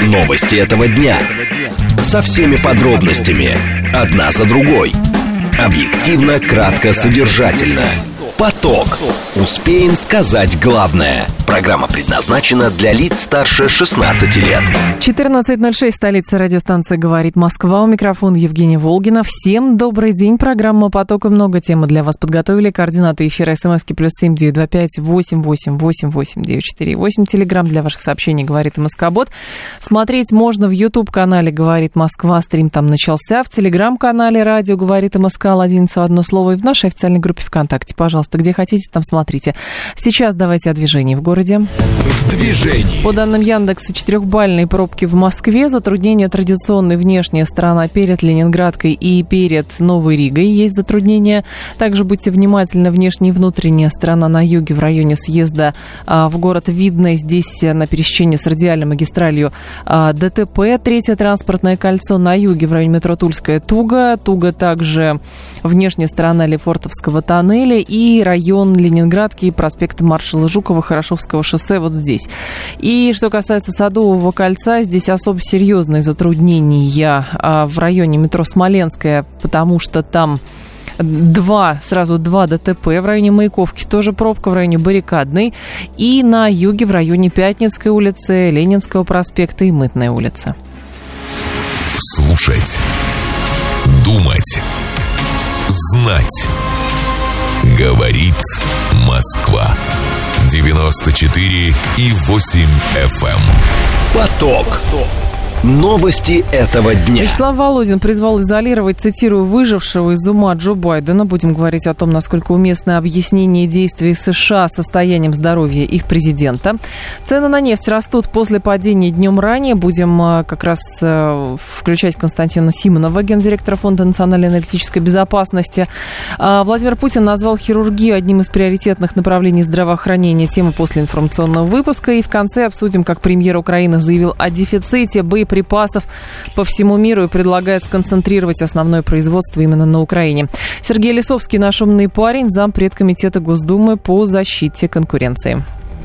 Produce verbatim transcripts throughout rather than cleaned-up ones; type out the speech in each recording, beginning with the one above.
Новости этого дня. Со всеми подробностями. Одна за другой. Объективно, кратко, содержательно. Поток. Успеем сказать главное. Программа предназначена для лиц старше шестнадцати лет. четырнадцать ноль шесть, столица, радиостанция «Говорит Москва». У микрофона Евгения Волгина. Всем добрый день. Программа «Поток» и много темы для вас подготовили. Координаты эфира смски плюс семь девять два пять восемь восемь восемь восемь девять четыре восемь. Телеграм для ваших сообщений «Говорит МСК-бот». Смотреть можно в YouTube-канале «Говорит Москва». Стрим там начался. В Телеграм-канале «Радио Говорит МСК» ладинится в одно слово. И в нашей официальной группе ВКонтакте. Пожалуйста, где хотите, там смотрите. Сейчас давайте о движении в городе. В движении. По данным Яндекса, четырехбальные пробки в Москве. Затруднения традиционной внешняя сторона перед Ленинградкой и перед Новой Ригой. Есть затруднения. Также будьте внимательны. Внешняя и внутренняя сторона на юге в районе съезда а, в город Видное. Здесь на пересечении с радиальной магистралью а, ДТП. Третье транспортное кольцо на юге в районе метро Тульская Туга. Туга также внешняя сторона Лефортовского тоннеля и район Ленинградки, проспект маршала Жукова, Хорошевского шоссе вот здесь. И что касается Садового кольца, здесь особо серьезные затруднения в районе метро Смоленская, потому что там два, сразу два ДТП. В районе Маяковки тоже пробка, в районе Баррикадной. И на юге в районе Пятницкой улицы, Ленинского проспекта и Мытная улица. Слушать. Думать. Знать. Говорит Москва. девяносто четыре и восемь эф эм. Поток. Новости этого дня. Вячеслав Володин призвал изолировать, цитирую, выжившего из ума Джо Байдена. Будем говорить о том, насколько уместно объяснение действий США состоянием здоровья их президента. Цены на нефть растут после падения днем ранее. Будем как раз включать Константина Симонова, гендиректора Фонда национальной энергетической безопасности. Владимир Путин назвал хирургию одним из приоритетных направлений здравоохранения. Тема после информационного выпуска. И в конце обсудим, как премьер Украины заявил о дефиците боеприпасов припасов по всему миру и предлагает сконцентрировать основное производство именно на Украине. Сергей Лисовский, наш умный парень, зампред комитета Госдумы по защите конкуренции.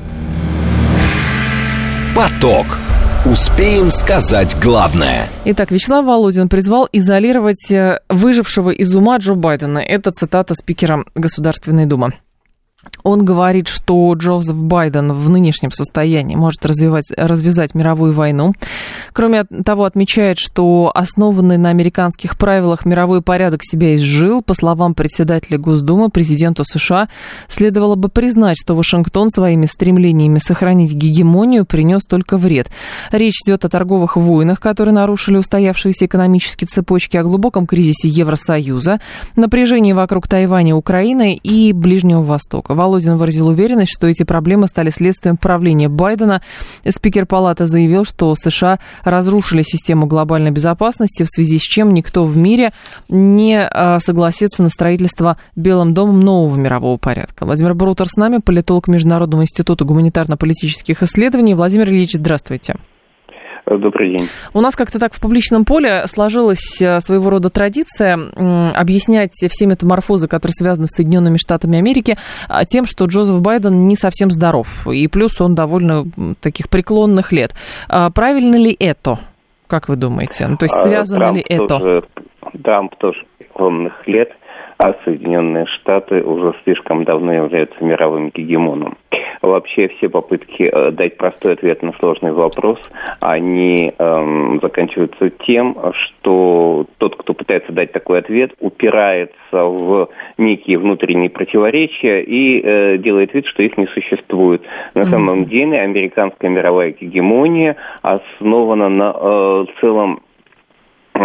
Поток. Успеем сказать главное. Итак, Вячеслав Володин призвал изолировать выжившего из ума Джо Байдена. Это цитата спикера Государственной Думы. Он говорит, что Джозеф Байден в нынешнем состоянии может развивать, развязать мировую войну. Кроме того, отмечает, что основанный на американских правилах мировой порядок себя изжил. По словам председателя Госдумы, президенту США следовало бы признать, что Вашингтон своими стремлениями сохранить гегемонию принес только вред. Речь идет о торговых войнах, которые нарушили устоявшиеся экономические цепочки, о глубоком кризисе Евросоюза, напряжении вокруг Тайваня, Украины и Ближнего Востока. Володин выразил уверенность, что эти проблемы стали следствием правления Байдена. Спикер Палаты заявил, что США разрушили систему глобальной безопасности, в связи с чем никто в мире не согласится на строительство Белым домом нового мирового порядка. Владимир Брутер с нами, политолог Международного института гуманитарно-политических исследований. Владимир Ильич, здравствуйте. Добрый день. У нас как-то так в публичном поле сложилась своего рода традиция объяснять все метаморфозы, которые связаны с Соединенными Штатами Америки, тем, что Джозеф Байден не совсем здоров, и плюс он довольно таких преклонных лет. Правильно ли это, как вы думаете? Ну, то есть связано Трамп ли это? Тоже, Трамп тоже преклонных лет, а Соединенные Штаты уже слишком давно являются мировым гегемоном. Вообще все попытки э, дать простой ответ на сложный вопрос, они э, заканчиваются тем, что тот, кто пытается дать такой ответ, упирается в некие внутренние противоречия и э, делает вид, что их не существует. На mm-hmm. самом деле американская мировая гегемония основана на э, целом э,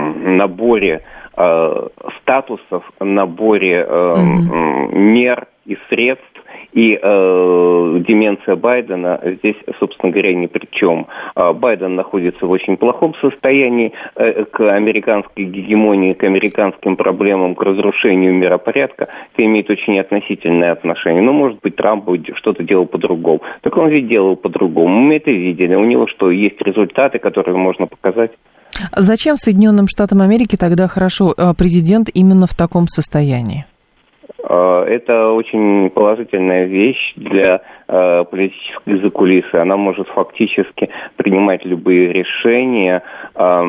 наборе э, статусов, наборе э, mm-hmm. мер и средств. И э, деменция Байдена здесь, собственно говоря, ни при чем. Э, Байден находится в очень плохом состоянии э, к американской гегемонии, к американским проблемам, к разрушению миропорядка. Это имеет очень относительное отношение. Но, может быть, Трамп что-то делал по-другому. Так он ведь делал по-другому. Мы это видели. У него что, есть результаты, которые можно показать? Зачем Соединенным Штатам Америки тогда хорошо президент именно в таком состоянии? Это очень положительная вещь для э, политической закулисы. Она может фактически принимать любые решения, э,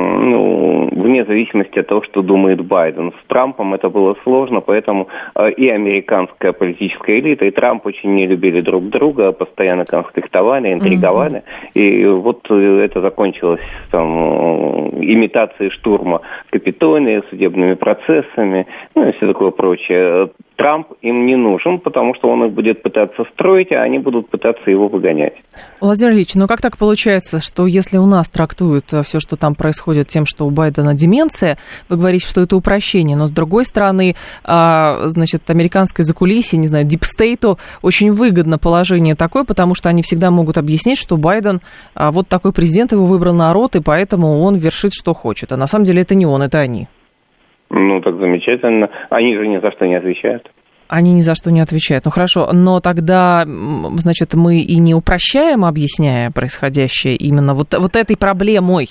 ну, вне зависимости от того, что думает Байден. С Трампом это было сложно, поэтому э, и американская политическая элита, и Трамп очень не любили друг друга, постоянно конфликтовали, интриговали. Mm-hmm. И вот это закончилось там, имитацией штурма Капитолия, судебными процессами, ну и все такое прочее. Трамп им не нужен, потому что он их будет пытаться строить, а они будут пытаться его выгонять. Владимир Ильич, ну как так получается, что если у нас трактуют все, что там происходит, тем, что у Байдена деменция, вы говорите, что это упрощение, но с другой стороны, значит, американской закулисье, не знаю, дипстейту очень выгодно положение такое, потому что они всегда могут объяснить, что Байден вот такой президент, его выбрал народ, и поэтому он вершит, что хочет. А на самом деле это не он, это они. Ну, так замечательно. Они же ни за что не отвечают. Они ни за что не отвечают. Ну, хорошо, но тогда, значит, мы и не упрощаем, объясняя происходящее именно вот, вот этой проблемой?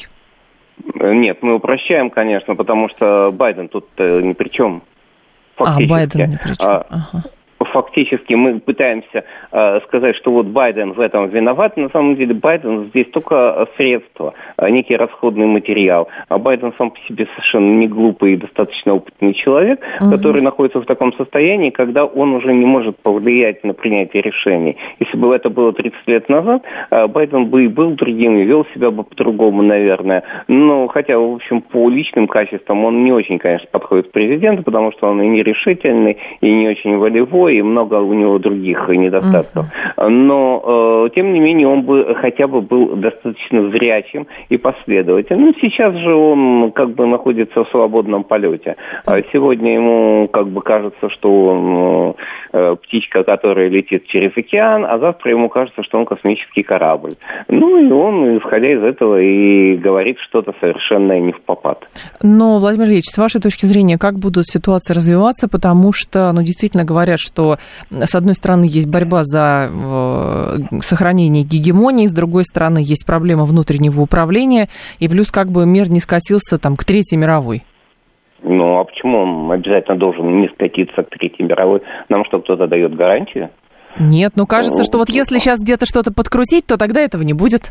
Нет, мы упрощаем, конечно, потому что Байден тут ни при чем. А, Байден ни при чем. Ага. Фактически мы пытаемся э, сказать, что вот Байден в этом виноват. На самом деле Байден здесь только средство, некий расходный материал. А Байден сам по себе совершенно не глупый и достаточно опытный человек, uh-huh. который находится в таком состоянии, когда он уже не может повлиять на принятие решений. Если бы это было тридцать лет назад, э, Байден бы и был другим, и вел себя бы по-другому, наверное. Но хотя, в общем, по личным качествам он не очень, конечно, подходит к президенту, потому что он и нерешительный, и не очень волевой, и много у него других недостатков. Uh-huh. Но, э, тем не менее, он бы хотя бы был достаточно зрячим и последовательным. Ну, сейчас же он как бы находится в свободном полете. А сегодня ему как бы кажется, что он э, птичка, которая летит через океан, а завтра ему кажется, что он космический корабль. Ну, и он, исходя из этого, и говорит что-то совершенно не впопад. Но, Владимир Ильич, с вашей точки зрения, как будут ситуации развиваться? Потому что, ну, действительно говорят, что с одной стороны есть борьба за э, сохранение гегемонии, с другой стороны есть проблема внутреннего управления, и плюс как бы мир не скатился там, к Третьей мировой. Ну, а почему он обязательно должен не скатиться к Третьей мировой? Нам что, кто-то дает гарантию? Нет, ну кажется, что вот если сейчас где-то что-то подкрутить, то тогда этого не будет.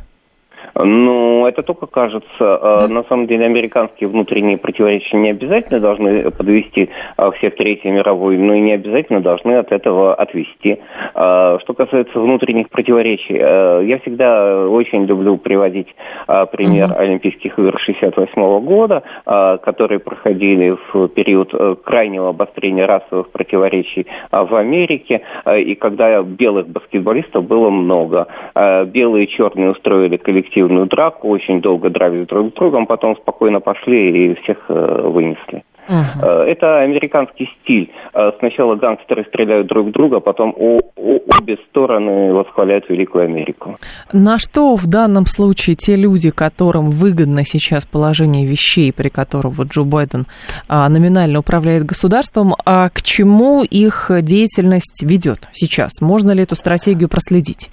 Ну, это только кажется. Да. На самом деле, американские внутренние противоречия не обязательно должны подвести всех к Третьей мировой, но и не обязательно должны от этого отвести. Что касается внутренних противоречий, я всегда очень люблю приводить пример угу. Олимпийских игр шестьдесят восьмого года, которые проходили в период крайнего обострения расовых противоречий в Америке, и когда белых баскетболистов было много. Белые и черные устроили коллектив драку, очень долго дрались друг с другом, потом спокойно пошли и всех э, вынесли. Uh-huh. Это американский стиль. Сначала гангстеры стреляют друг в друга, потом о- о- обе стороны восхваляют Великую Америку. На что в данном случае те люди, которым выгодно сейчас положение вещей, при котором вот Джо Байден а, номинально управляет государством, а к чему их деятельность ведет сейчас? Можно ли эту стратегию проследить?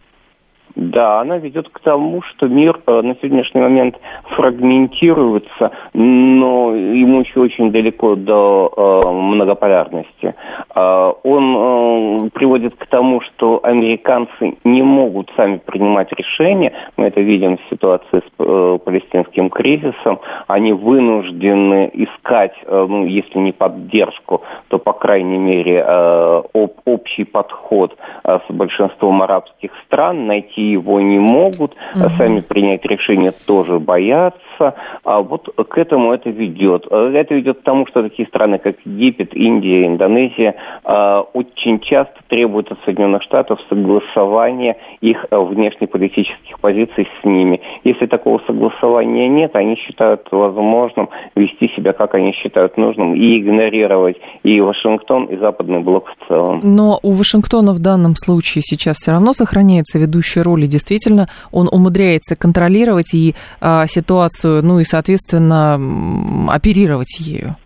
Да, она ведет к тому, что мир э, на сегодняшний момент фрагментируется, но ему еще очень далеко до э, многополярности. Э, он э, приводит к тому, что американцы не могут сами принимать решения. Мы это видим в ситуации с э, палестинским кризисом. Они вынуждены искать, э, ну, если не поддержку, то, по крайней мере, э, об, общий подход э, с большинством арабских стран, найти его не могут, uh-huh. сами принять решение тоже боятся, а вот к этому это ведет. Это ведет к тому, что такие страны, как Египет, Индия, Индонезия, очень часто требуют от Соединенных Штатов согласования их внешнеполитических позиций с ними. Если такого согласования нет, они считают возможным вести себя, как они считают нужным, и игнорировать и Вашингтон, и Западный блок в целом. Но у Вашингтона в данном случае сейчас все равно сохраняется ведущая роль, и действительно он умудряется контролировать и а, ситуацию, ну и, соответственно, оперировать ею. То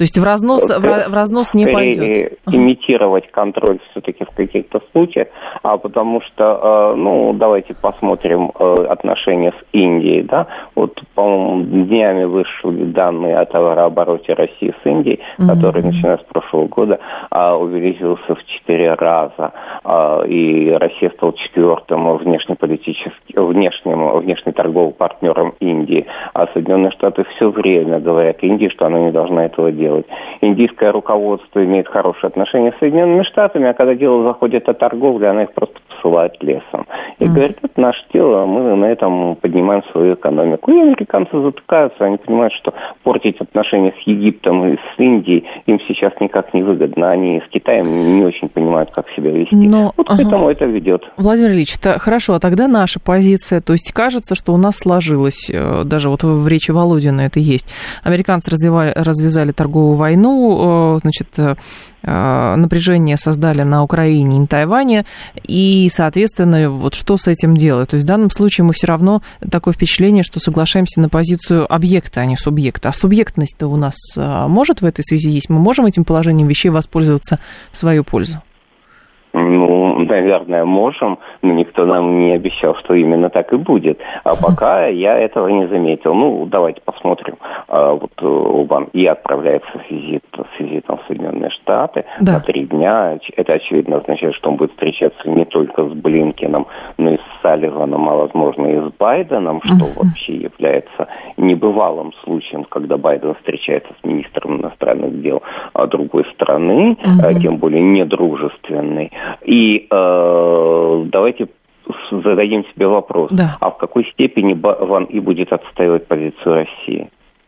То есть в разнос, в, в разнос не пойдет. Имитировать контроль все-таки в каких-то случаях, а потому что, ну, давайте посмотрим отношения с Индией, да, вот, по-моему, днями вышли данные о товарообороте России с Индией, mm-hmm. который, начиная с прошлого года, увеличился в четыре раза, и Россия стала четвертым внешнеполитическим, внешним, внешнеторговым партнером Индии, а Соединенные Штаты все время говорят Индии, что она не должна этого делать. Индийское руководство имеет хорошие отношения с Соединенными Штатами, а когда дело заходит о торговле, она их просто посылает лесом. И mm-hmm. говорит, это наше дело, мы на этом поднимаем свою экономику. И американцы затыкаются, они понимают, что портить отношения с Египтом и с Индией им сейчас никак не выгодно. Они с Китаем не очень понимают, как себя вести. Но, вот ага. к этому это ведет. Владимир Ильич, это хорошо, а тогда наша позиция, то есть кажется, что у нас сложилось, даже вот в речи Володина это есть. Американцы развивали, развязали торговую войну, значит, напряжение создали на Украине и на Тайване, и, соответственно, вот что с этим делать? То есть в данном случае мы все равно такое впечатление, что соглашаемся на позицию объекта, а не субъекта. А субъектность-то у нас может в этой связи есть? Мы можем этим положением вещей воспользоваться в свою пользу? Ну, наверное, можем, но никто нам не обещал, что именно так и будет. А пока я этого не заметил. Ну, давайте посмотрим. Вот Обама и отправляется в визит, с визитом в Соединенные Штаты да. на три дня. Это, очевидно, означает, что он будет встречаться не только с Блинкеном, но и с Салливаном, а, возможно, и с Байденом, что uh-huh. вообще является небывалым случаем, когда Байден встречается с министром иностранных дел другой страны, uh-huh. тем более недружественной. И э, давайте зададим себе вопрос, да. а в какой степени Ван И будет отстаивать позицию России?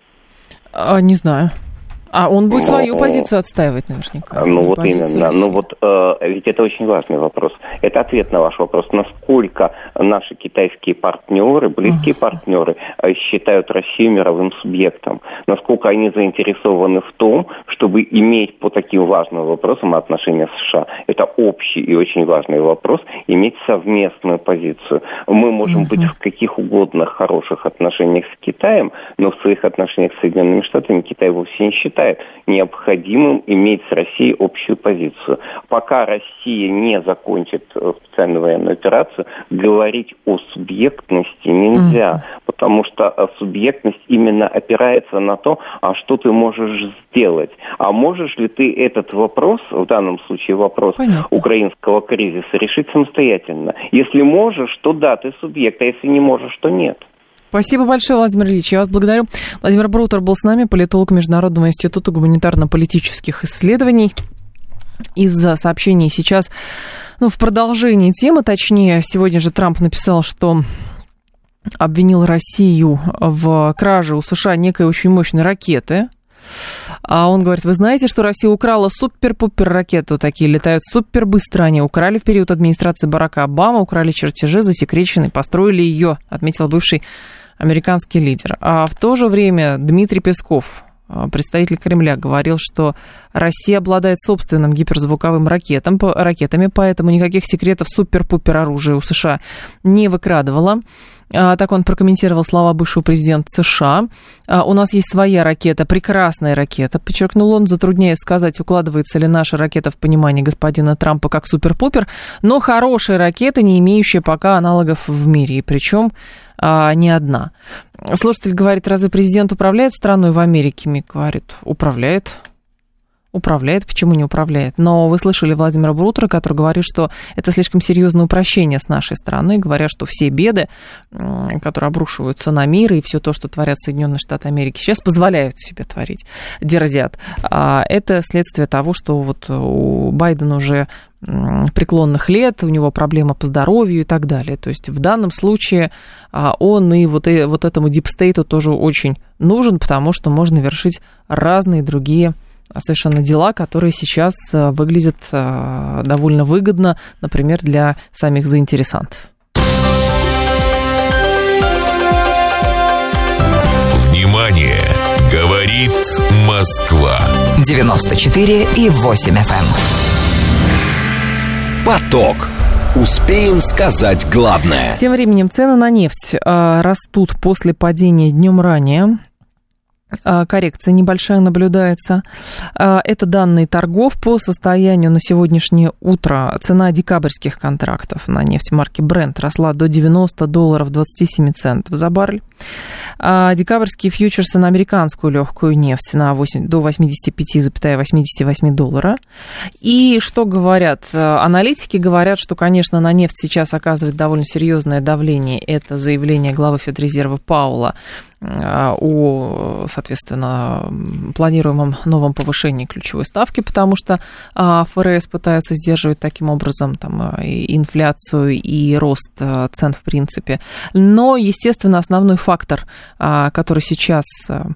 А, не знаю. А он будет ну, свою позицию отстаивать наверняка. Ну вот именно. Ну вот э, ведь это очень важный вопрос. Это ответ на ваш вопрос. Насколько наши китайские партнеры, близкие uh-huh. партнеры э, считают Россию мировым субъектом? Насколько они заинтересованы в том, чтобы иметь по таким важным вопросам отношения с США? Это общий и очень важный вопрос. Иметь совместную позицию. Мы можем uh-huh. быть в каких угодно хороших отношениях с Китаем, но в своих отношениях с Соединенными Штатами Китай вовсе не считает необходимым иметь с Россией общую позицию. Пока Россия не закончит специальную военную операцию, говорить о субъектности нельзя, mm-hmm. потому что субъектность именно опирается на то, а что ты можешь сделать. А можешь ли ты этот вопрос, в данном случае вопрос Понятно. Украинского кризиса, решить самостоятельно? Если можешь, то да, ты субъект, а если не можешь, то нет. Спасибо большое, Владимир Ильич. Я вас благодарю. Владимир Брутер был с нами, политолог Международного института гуманитарно-политических исследований. Из-за сообщений сейчас, ну, в продолжении темы, точнее, сегодня же Трамп написал, что обвинил Россию в краже у США некой очень мощной ракеты. А он говорит, вы знаете, что Россия украла супер-пупер ракету, такие летают супер быстро, они украли в период администрации Барака Обамы, украли чертежи, засекречены, построили ее, отметил бывший американский лидер. А в то же время Дмитрий Песков, представитель Кремля, говорил, что Россия обладает собственным гиперзвуковым ракетом, ракетами, поэтому никаких секретов супер-пупер оружия у США не выкрадывала. Так он прокомментировал слова бывшего президента США. У нас есть своя ракета, прекрасная ракета, подчеркнул он, затрудняясь сказать, укладывается ли наша ракета в понимание господина Трампа как супер-пупер, но хорошая ракета, не имеющая пока аналогов в мире, и причем а, не одна. Слушатель говорит, разве президент управляет страной в Америке? Мик говорит, управляет. Управляет, почему не управляет? Но вы слышали Владимира Брутера, который говорит, что это слишком серьезное упрощение с нашей стороны, говоря, что все беды, которые обрушиваются на мир, и все то, что творят Соединенные Штаты Америки, сейчас позволяют себе творить, дерзят. А это следствие того, что вот у Байдена уже преклонных лет, у него проблема по здоровью и так далее. То есть в данном случае он и вот, и вот этому дипстейту тоже очень нужен, потому что можно вершить разные другие совершенно дела, которые сейчас выглядят довольно выгодно, например, для самих заинтересантов. Внимание! Говорит Москва. девяносто четыре и восемь эф эм. Поток. Успеем сказать главное. Тем временем цены на нефть растут после падения днем ранее. коррекция небольшая наблюдается. Это данные торгов. По состоянию на сегодняшнее утро цена декабрьских контрактов на нефть марки Brent росла до девяносто долларов двадцать семь центов за баррель. А декабрьские фьючерсы на американскую легкую нефть на восемь, до восемьдесят пять целых восемьдесят восемь доллара. И что говорят аналитики? Говорят, что, конечно, на нефть сейчас оказывает довольно серьезное давление. Это заявление главы Федрезерва Пауэлла о, соответственно, планируемом новом повышении ключевой ставки, потому что ФРС пытается сдерживать таким образом там, и инфляцию, и рост цен в принципе. Но, естественно, основной фактор, который сейчас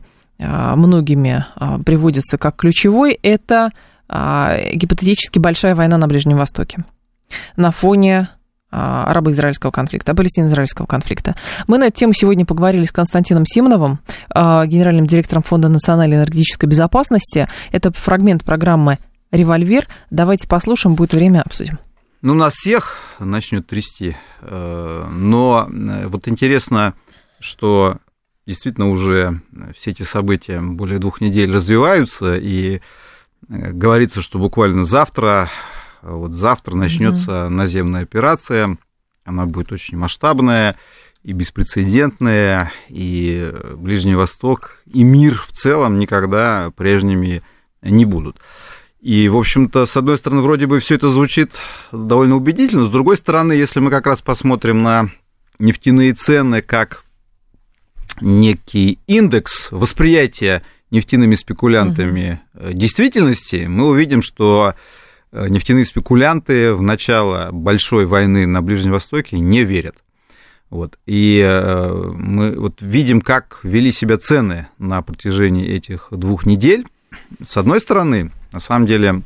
многими приводится как ключевой, это гипотетически большая война на Ближнем Востоке на фоне арабо-израильского конфликта, палестино-израильского конфликта. Мы на эту тему сегодня поговорили с Константином Симоновым, генеральным директором Фонда национальной энергетической безопасности. Это фрагмент программы «Револьвер». Давайте послушаем, будет время, обсудим. Ну, нас всех начнет трясти, но вот интересно, что действительно уже все эти события более двух недель развиваются, и говорится, что буквально завтра... Вот завтра начнется mm-hmm. наземная операция, она будет очень масштабная и беспрецедентная, и Ближний Восток, и мир в целом никогда прежними не будут. И, в общем-то, с одной стороны, вроде бы все это звучит довольно убедительно, с другой стороны, если мы как раз посмотрим на нефтяные цены как некий индекс восприятия нефтяными спекулянтами mm-hmm. действительности, мы увидим, что нефтяные спекулянты в начало большой войны на Ближнем Востоке не верят. Вот. И мы вот видим, как вели себя цены на протяжении этих двух недель. С одной стороны, на самом деле,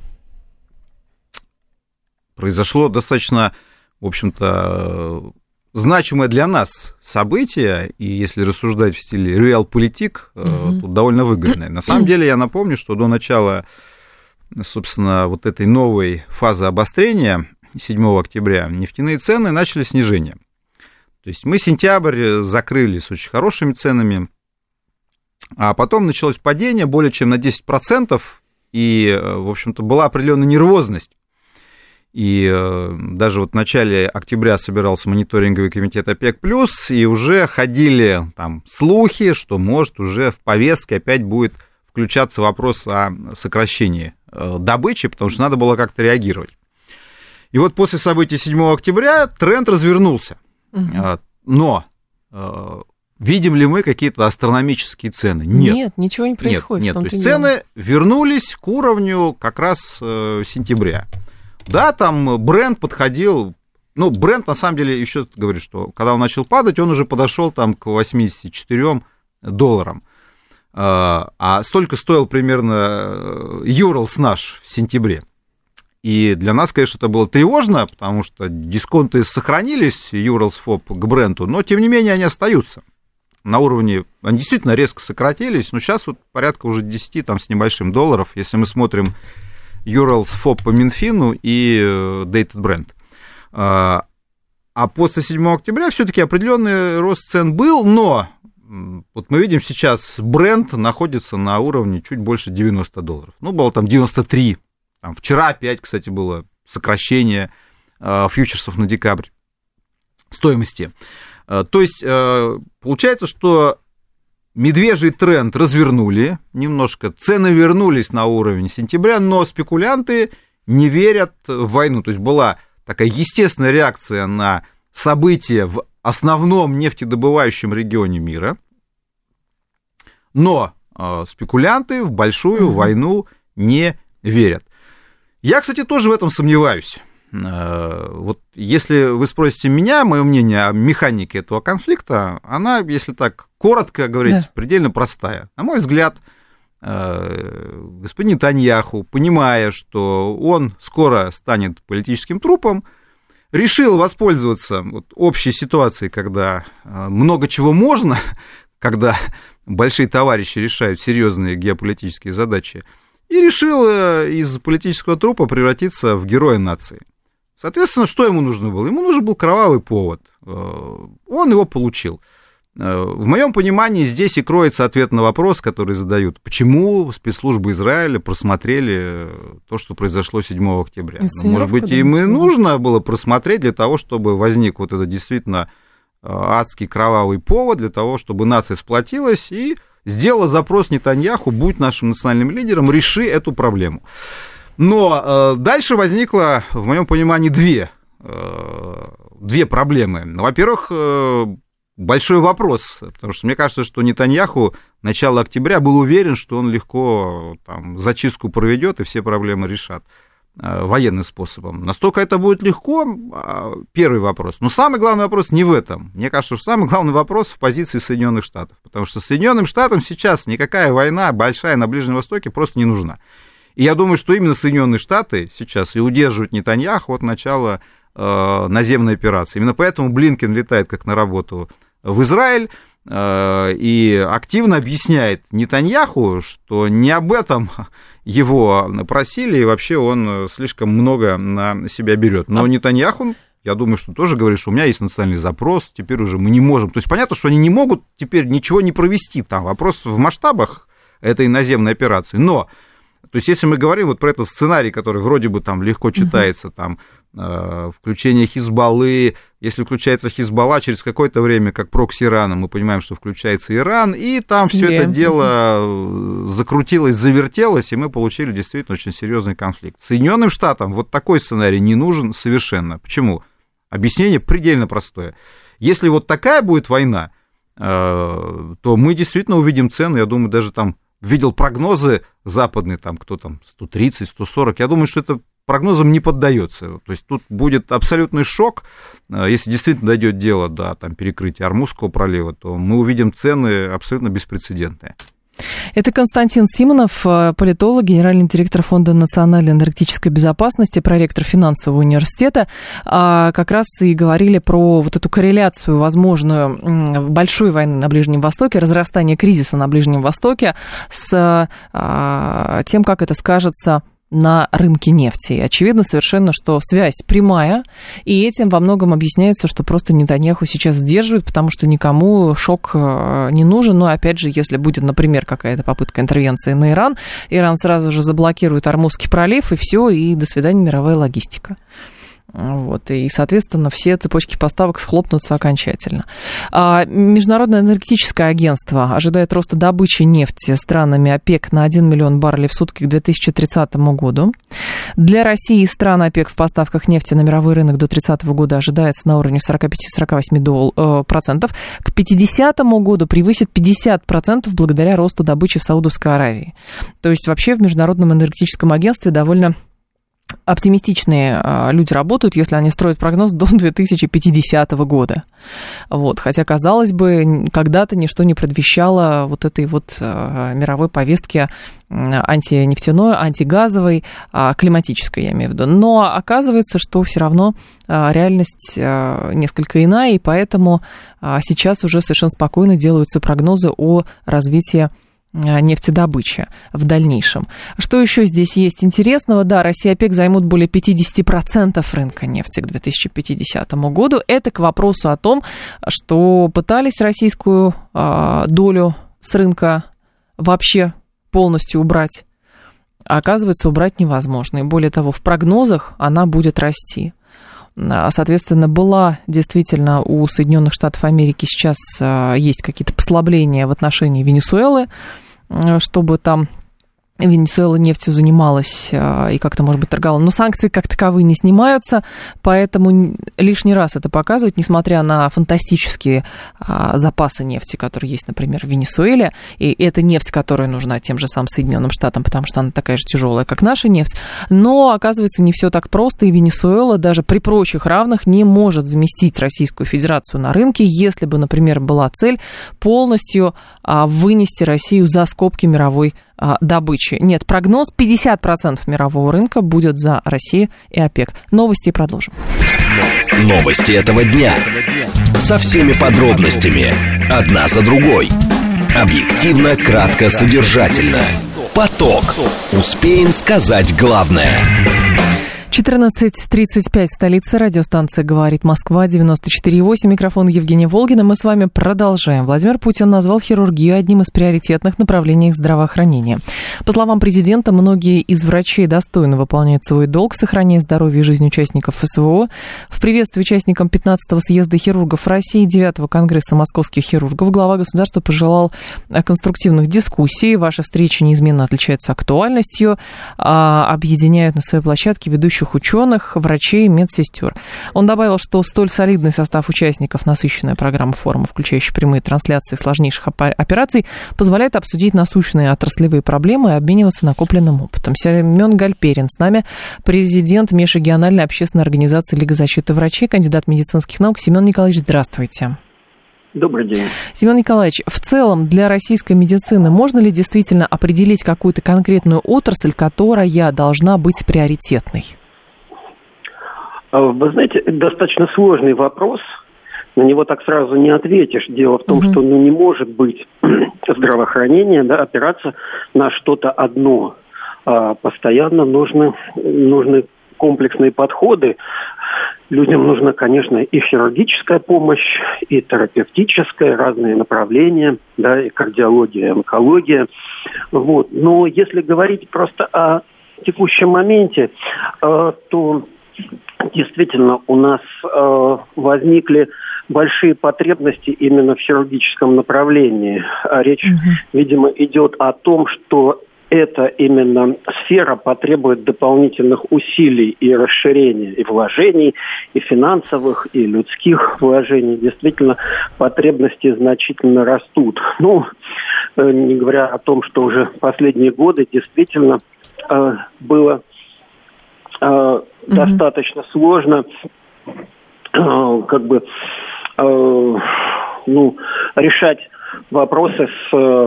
произошло достаточно, в общем-то, значимое для нас событие, и если рассуждать в стиле реалполитик, mm-hmm. тут довольно выгодное. На самом деле, я напомню, что до начала, собственно, вот этой новой фазы обострения седьмого октября нефтяные цены начали снижение. То есть мы сентябрь закрыли с очень хорошими ценами, а потом началось падение более чем на десять процентов, и, в общем-то, была определенная нервозность. И даже вот в начале октября собирался мониторинговый комитет ОПЕК+, и уже ходили там слухи, что, может, уже в повестке опять будет включаться вопрос о сокращении добычи, потому что надо было как-то реагировать. И вот после событий седьмого октября тренд развернулся. Угу. Но видим ли мы какие-то астрономические цены? Нет. Нет, ничего не происходит. Нет, нет. То есть цены вернулись к уровню как раз сентября. Да, там Brent подходил, ну, Brent, на самом деле, еще говорит, что когда он начал падать, он уже подошел там к восемьдесят четырем долларам. А столько стоил примерно Urals наш в сентябре. И для нас, конечно, это было тревожно, потому что дисконты сохранились, Urals эф о пи к Бренту, но, тем не менее, они остаются на уровне, они действительно резко сократились, но сейчас вот порядка уже десять там, с небольшим долларов, если мы смотрим Urals эф о пи по Минфину и Dated Brent. А после седьмого октября все-таки определенный рост цен был, но вот мы видим сейчас, Brent находится на уровне чуть больше девяноста долларов. Ну, было там девяносто три. Там, вчера опять, кстати, было сокращение э, фьючерсов на декабрь стоимости. Э, то есть, э, получается, что медвежий тренд развернули немножко, цены вернулись на уровень сентября, но спекулянты не верят в войну. То есть, была такая естественная реакция на события в основном нефтедобывающем регионе мира, но э, спекулянты в большую mm-hmm. войну не верят. Я, кстати, тоже в этом сомневаюсь. Э, вот если вы спросите меня, мое мнение о механике этого конфликта, она, если так коротко говорить, да. предельно простая. На мой взгляд, э, господин Нетаньяху, понимая, что он скоро станет политическим трупом, решил воспользоваться вот общей ситуацией, когда много чего можно, когда большие товарищи решают серьезные геополитические задачи, и решил из политического трупа превратиться в героя нации. Соответственно, что ему нужно было? Ему нужен был кровавый повод. Он его получил. В моем понимании здесь и кроется ответ на вопрос, который задают. Почему спецслужбы Израиля просмотрели то, что произошло седьмого октября? Ну, может быть, им и нужно было просмотреть для того, чтобы возник вот этот действительно адский кровавый повод, для того, чтобы нация сплотилась и сделала запрос Нетаньяху: будь нашим национальным лидером, реши эту проблему. Но дальше возникло, в моем понимании, две, две проблемы. Во-первых, большой вопрос, потому что мне кажется, что Нетаньяху начало октября был уверен, что он легко там зачистку проведет и все проблемы решат э, военным способом. Настолько это будет легко, э, первый вопрос. Но самый главный вопрос не в этом. Мне кажется, что самый главный вопрос в позиции Соединенных Штатов, потому что Соединенным Штатам сейчас никакая война большая на Ближнем Востоке просто не нужна. И я думаю, что именно Соединенные Штаты сейчас и удерживают Нетаньяху от начала э, наземной операции. Именно поэтому Блинкен летает как на работу в Израиль э, и активно объясняет Нетаньяху, что не об этом его просили, и вообще он слишком много на себя берет. Но а... Нетаньяху, я думаю, что тоже говорит, что у меня есть национальный запрос, теперь уже мы не можем. То есть понятно, что они не могут теперь ничего не провести там. Вопрос в масштабах этой наземной операции. Но, то есть если мы говорим вот про этот сценарий, который вроде бы там легко читается, uh-huh. там, включение Хизбаллы, если включается Хизбалла, через какое-то время, как прокси Ирана, мы понимаем, что включается Иран, и там все это дело закрутилось, завертелось, и мы получили действительно очень серьезный конфликт. Соединенным Штатам вот такой сценарий не нужен совершенно. Почему? Объяснение предельно простое. Если вот такая будет война, то мы действительно увидим цены, я думаю, даже там видел прогнозы западные, там кто там, сто тридцать, сто сорок, я думаю, что это прогнозам не поддается. То есть тут будет абсолютный шок. Если действительно дойдет дело до там, перекрытия Ормузского пролива, то мы увидим цены абсолютно беспрецедентные. Это Константин Симонов, политолог, генеральный директор Фонда национальной энергетической безопасности, проректор финансового университета. Как раз и говорили про вот эту корреляцию возможную большой войны на Ближнем Востоке, разрастание кризиса на Ближнем Востоке с тем, как это скажется на рынке нефти. И очевидно совершенно, что связь прямая, и этим во многом объясняется, что просто Нетаньяху сейчас сдерживают, потому что никому шок не нужен. Но, опять же, если будет, например, какая-то попытка интервенции на Иран, Иран сразу же заблокирует Ормузский пролив, и все, и до свидания мировая логистика. Вот, и, соответственно, все цепочки поставок схлопнутся окончательно. Международное энергетическое агентство ожидает роста добычи нефти странами ОПЕК на один миллион баррелей в сутки к две тысячи тридцатому году. Для России и стран ОПЕК в поставках нефти на мировой рынок до тридцатого года ожидается на уровне сорок пять - сорок восемь процентов. К пятидесятому году превысит пятьдесят процентов благодаря росту добычи в Саудовской Аравии. То есть вообще в Международном энергетическом агентстве довольно оптимистичные люди работают, если они строят прогноз до две тысячи пятидесятого года. Вот. Хотя, казалось бы, когда-то ничто не предвещало вот этой вот мировой повестки антинефтяной, антигазовой, климатической, я имею в виду. Но оказывается, что все равно реальность несколько иная, и поэтому сейчас уже совершенно спокойно делаются прогнозы о развитии нефтедобычи в дальнейшем. Что еще здесь есть интересного? Да, Россия и ОПЕК займут более пятьдесят процентов рынка нефти к две тысячи пятидесятому году. Это к вопросу о том, что пытались российскую э, долю с рынка вообще полностью убрать. А оказывается, убрать невозможно. И более того, в прогнозах она будет расти. Соответственно, была действительно у Соединенных Штатов Америки сейчас есть какие-то послабления в отношении Венесуэлы, чтобы там Венесуэла нефтью занималась и как-то, может быть, торговала. Но санкции как таковые не снимаются, поэтому лишний раз это показывает, несмотря на фантастические запасы нефти, которые есть, например, в Венесуэле, и это нефть, которая нужна тем же самым Соединенным Штатам, потому что она такая же тяжелая, как наша нефть. Но, оказывается, не все так просто, и Венесуэла даже при прочих равных не может заместить Российскую Федерацию на рынке, если бы, например, была цель полностью вынести Россию за скобки мировой добычи. Нет, прогноз пятьдесят процентов мирового рынка будет за Россию и ОПЕК. Новости и продолжим. Новости этого дня. Со всеми подробностями. Одна за другой. Объективно, кратко, содержательно. Поток. Успеем сказать главное. четырнадцать тридцать пять в столице. Радиостанция «Говорит Москва», девяносто четыре и восемь. Микрофон Евгения Волгина. Мы с вами продолжаем. Владимир Путин назвал хирургию одним из приоритетных направлений здравоохранения. По словам президента, многие из врачей достойно выполняют свой долг, сохраняя здоровье и жизнь участников СВО. В приветствии участникам пятнадцатого съезда хирургов России и девятого конгресса московских хирургов глава государства пожелал конструктивных дискуссий. Ваши встречи неизменно отличаются актуальностью, объединяют на своей площадке ведущих ученых, врачей, медсестер. Он добавил, что столь солидный состав участников, насыщенная программа форума, включающая прямые трансляции сложнейших операций, позволяет обсудить насущные отраслевые проблемы и обмениваться накопленным опытом. Семен Гальперин с нами, президент межрегиональной общественной организации Лига защиты врачей, кандидат медицинских наук. Семен Николаевич, здравствуйте. Добрый день. Семен Николаевич, в целом для российской медицины можно ли действительно определить какую-то конкретную отрасль, которая должна быть приоритетной? Вы знаете, это достаточно сложный вопрос. На него так сразу не ответишь. Дело в том, угу. что ну, не может быть здравоохранение, да, опираться на что-то одно. А постоянно нужны, нужны комплексные подходы. Людям нужна, конечно, и хирургическая помощь, и терапевтическая, разные направления, да, и кардиология, и онкология. Вот. Но если говорить просто о текущем моменте, э, то действительно у нас э, возникли большие потребности именно в хирургическом направлении. Речь, угу. видимо, идет о том, что эта именно сфера потребует дополнительных усилий и расширения, и вложений, и финансовых, и людских вложений. Действительно, потребности значительно растут. Ну, не говоря о том, что уже последние годы действительно э, было э, mm-hmm. достаточно сложно э, как бы э, ну, решать вопросы с э,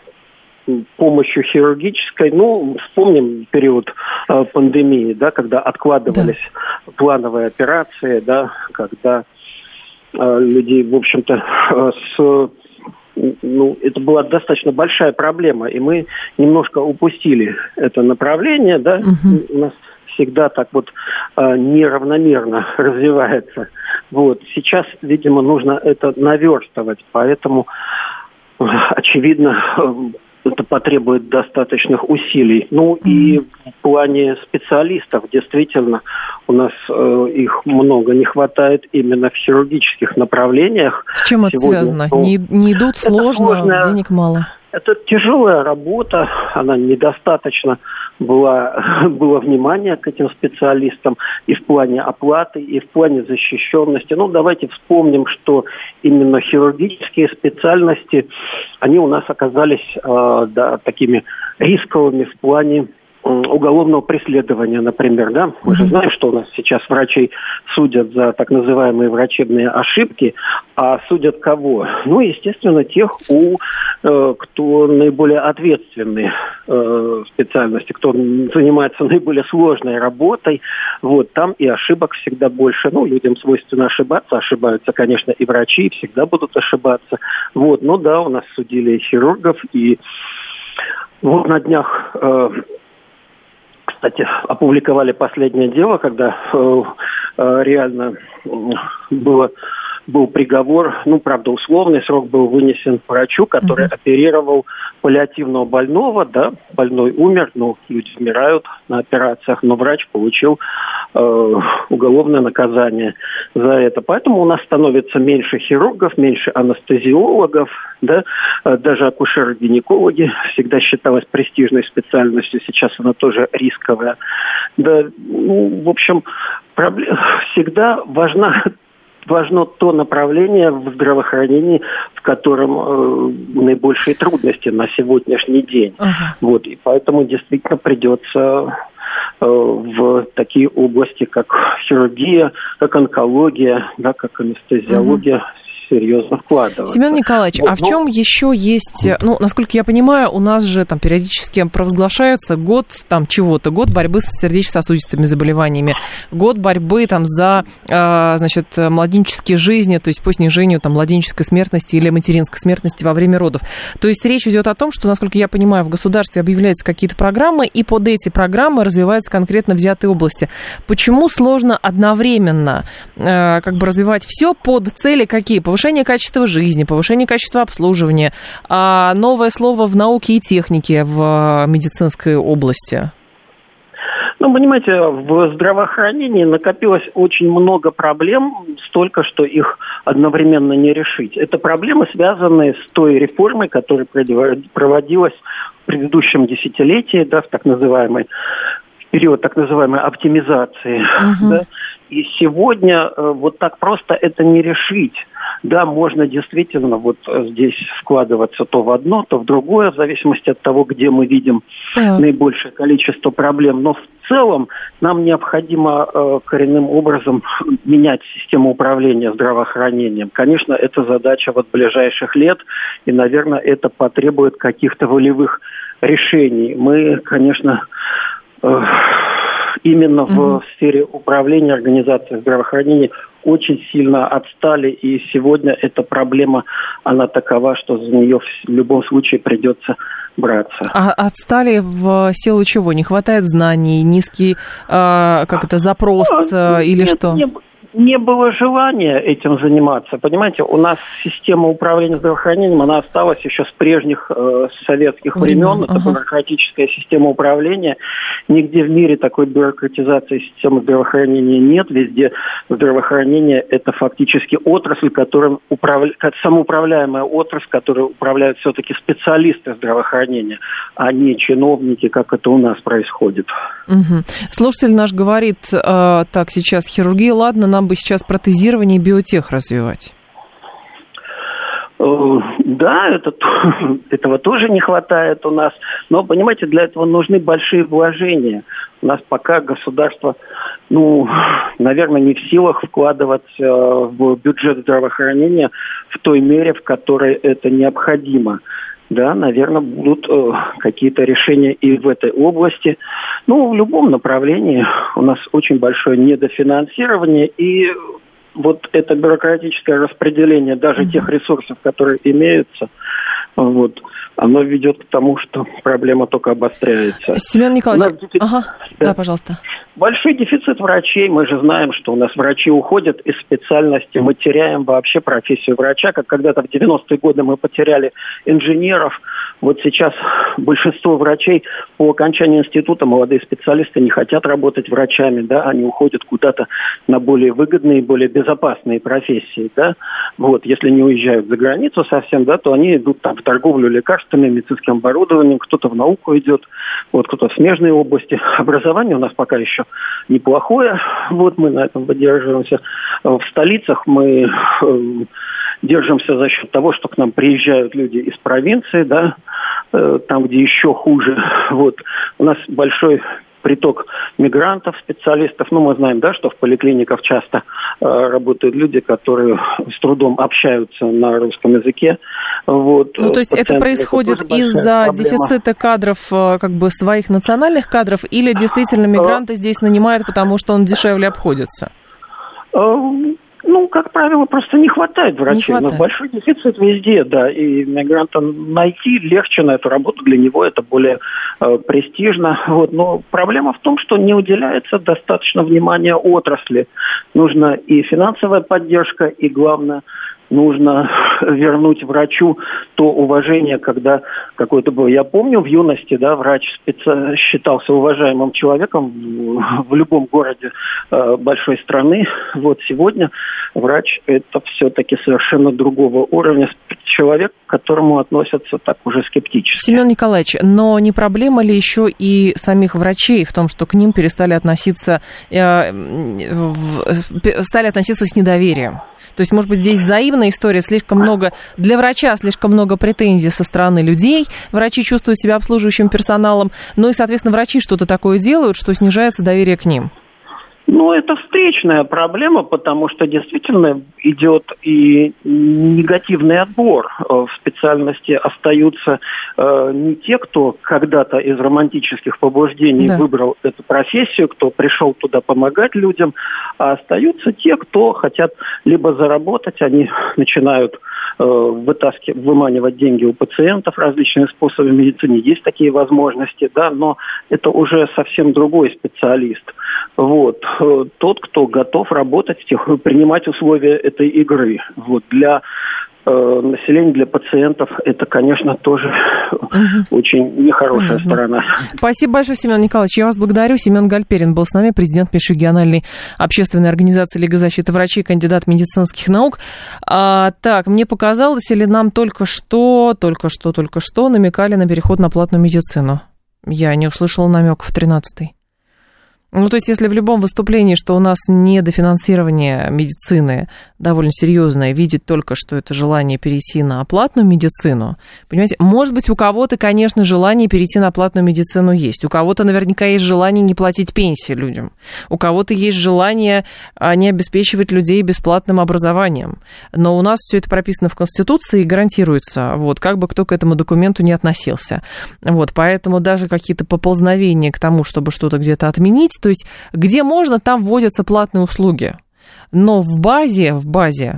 помощью хирургической. Ну, вспомним период э, пандемии, да, когда откладывались да. плановые операции, да, когда э, людей, в общем-то, э, с ну, это была достаточно большая проблема, и мы немножко упустили это направление, да, угу. у нас всегда так вот э, неравномерно развивается. Вот. Сейчас, видимо, нужно это наверстывать, поэтому, э, очевидно, э, это потребует достаточных усилий. Ну, mm-hmm. и в плане специалистов, действительно, у нас э, их много не хватает именно в хирургических направлениях. С чем это Сегодня, связано? Ну, не, не идут сложно, сложная, денег мало? Это тяжелая работа, она недостаточно была, было внимания к этим специалистам и в плане оплаты, и в плане защищенности. Ну, давайте вспомним, что именно хирургические специальности, они у нас оказались э, да, такими рисковыми в плане уголовного преследования, например, да? Мы же знаем, что у нас сейчас врачей судят за так называемые врачебные ошибки, а судят кого? Ну, естественно, тех, у, э, кто наиболее ответственный э, специальности, кто занимается наиболее сложной работой, вот, там и ошибок всегда больше. Ну, людям свойственно ошибаться, ошибаются, конечно, и врачи, всегда будут ошибаться. Вот, ну да, у нас судили хирургов, и вот на днях... Э, Кстати, опубликовали последнее дело, когда э, э, реально было, был приговор, ну, правда, условный срок был вынесен врачу, который mm-hmm. оперировал паллиативного больного, да, больной умер, ну, люди умирают на операциях, но врач получил э, уголовное наказание за это. Поэтому у нас становится меньше хирургов, меньше анестезиологов, да, даже акушеры-гинекологи всегда считалась престижной специальностью, сейчас она тоже рисковая. Да, ну, в общем, проблем... всегда важна важно то направление в здравоохранении, в котором э, наибольшие трудности на сегодняшний день. Uh-huh. Вот, и поэтому действительно придется э, в такие области, как хирургия, как онкология, да, как анестезиология, uh-huh. серьезно вкладываться. Семен Николаевич, вот, а в но... чем еще есть, ну, насколько я понимаю, у нас же там периодически провозглашаются год там чего-то, год борьбы с сердечно-сосудистыми заболеваниями, год борьбы там за, э, значит, младенческие жизни, то есть по снижению там младенческой смертности или материнской смертности во время родов. То есть речь идет о том, что, насколько я понимаю, в государстве объявляются какие-то программы, и под эти программы развиваются конкретно взятые области. Почему сложно одновременно э, как бы развивать все под цели какие? Повышение качества жизни, повышение качества обслуживания, а новое слово в науке и технике в медицинской области? Ну, понимаете, в здравоохранении накопилось очень много проблем, столько, что их одновременно не решить. Это проблемы, связанные с той реформой, которая проводилась в предыдущем десятилетии, да, в так называемой, в период так называемой оптимизации. Uh-huh. Да. И сегодня вот так просто это не решить. Да, можно действительно вот здесь вкладываться то в одно, то в другое, в зависимости от того, где мы видим yeah. наибольшее количество проблем. Но в целом нам необходимо э, коренным образом менять систему управления здравоохранением. Конечно, это задача вот ближайших лет, и, наверное, это потребует каких-то волевых решений. Мы, конечно... Э, Именно mm-hmm. в сфере управления организацией здравоохранения очень сильно отстали, и сегодня эта проблема, она такова, что за нее в любом случае придется браться. А отстали в силу чего? Не хватает знаний, низкий, э, как это, запрос э, или нет, что? Нет. Не было желания этим заниматься. Понимаете, у нас система управления здравоохранением, она осталась еще с прежних э, советских времен. Это ага. бюрократическая система управления. Нигде в мире такой бюрократизации системы здравоохранения нет. Везде здравоохранение – это фактически отрасль, которым управля... самоуправляемая отрасль, которой управляют все-таки специалисты здравоохранения, а не чиновники, как это у нас происходит. Угу. Слушатель наш говорит, э, так, сейчас хирургия, ладно, нам бы сейчас протезирование и биотех развивать. Да, это, этого тоже не хватает у нас. Но, понимаете, для этого нужны большие вложения. У нас пока государство, ну, наверное, не в силах вкладывать в бюджет здравоохранения в той мере, в которой это необходимо. Да, наверное, будут э, какие-то решения и в этой области. Ну, в любом направлении у нас очень большое недофинансирование, и вот это бюрократическое распределение даже mm-hmm. тех ресурсов, которые имеются, вот, оно ведет к тому, что проблема только обостряется. Семен Николаевич, дефицит... ага. да. да, пожалуйста. Большой дефицит врачей. Мы же знаем, что у нас врачи уходят из специальности. Мы теряем вообще профессию врача, как когда-то в девяностые годы мы потеряли инженеров. Вот сейчас большинство врачей по окончании института, молодые специалисты, не хотят работать врачами, да, они уходят куда-то на более выгодные, более безопасные профессии, да. Вот, если не уезжают за границу совсем, да, то они идут там в торговлю лекарствами, медицинским оборудованием, кто-то в науку идет, вот, кто-то в смежной области. Образование у нас пока еще неплохое, вот, мы на этом выдерживаемся. В столицах мы э, держимся за счет того, что к нам приезжают люди из провинции, да, э, там, где еще хуже. Вот, у нас большой приток мигрантов, специалистов. Ну, мы знаем, да, что в поликлиниках часто э, работают люди, которые с трудом общаются на русском языке. Вот. Ну, то есть это происходит это из-за дефицита кадров, как бы своих национальных кадров, или действительно мигранты здесь нанимают, потому что он дешевле обходится? Ну, как правило, просто не хватает врачей. Не хватает. Но большой дефицит везде, да. И мигранта найти легче на эту работу, для него это более э, престижно. Вот. Но проблема в том, что не уделяется достаточно внимания отрасли. Нужна и финансовая поддержка, и, главное, нужно вернуть врачу то уважение, когда какое-то было. Я помню, в юности, да, врач специ... считался уважаемым человеком в, в любом городе э, большой страны. Вот сегодня врач – это все-таки совершенно другого уровня человек, к которому относятся так уже скептически. Семен Николаевич, но не проблема ли еще и самих врачей в том, что к ним перестали относиться, э, в, стали относиться с недоверием? То есть, может быть, здесь взаимная история, слишком много, для врача слишком много претензий со стороны людей, врачи чувствуют себя обслуживающим персоналом, ну и, соответственно, врачи что-то такое делают, что снижается доверие к ним. Ну, это встречная проблема, потому что действительно идет и негативный отбор. В специальности остаются э, не те, кто когда-то из романтических побуждений да. выбрал эту профессию, кто пришел туда помогать людям, а остаются те, кто хотят либо заработать, они начинают э, вытаскивать, выманивать деньги у пациентов различными способами в медицине. Есть такие возможности, да, но это уже совсем другой специалист. Вот. Тот, кто готов работать в тех, принимать условия этой игры. Вот. Для э, населения, для пациентов это, конечно, тоже угу. очень нехорошая угу. сторона. Спасибо большое, Семен Николаевич. Я вас благодарю. Семен Гальперин был с нами, президент межрегиональной общественной организации Лига защиты врачей, кандидат медицинских наук. А, так, мне показалось, или нам только что, только что, только что намекали на переход на платную медицину? Я не услышала намеков в тринадцатой. Ну, то есть, если в любом выступлении, что у нас недофинансирование медицины довольно серьезное, видеть только, что это желание перейти на платную медицину, понимаете, может быть, у кого-то, конечно, желание перейти на платную медицину есть, у кого-то наверняка есть желание не платить пенсии людям, у кого-то есть желание не обеспечивать людей бесплатным образованием, но у нас все это прописано в Конституции и гарантируется, вот, как бы кто к этому документу не относился, вот, поэтому даже какие-то поползновения к тому, чтобы что-то где-то отменить, то есть где можно, там вводятся платные услуги. Но в базе, в базе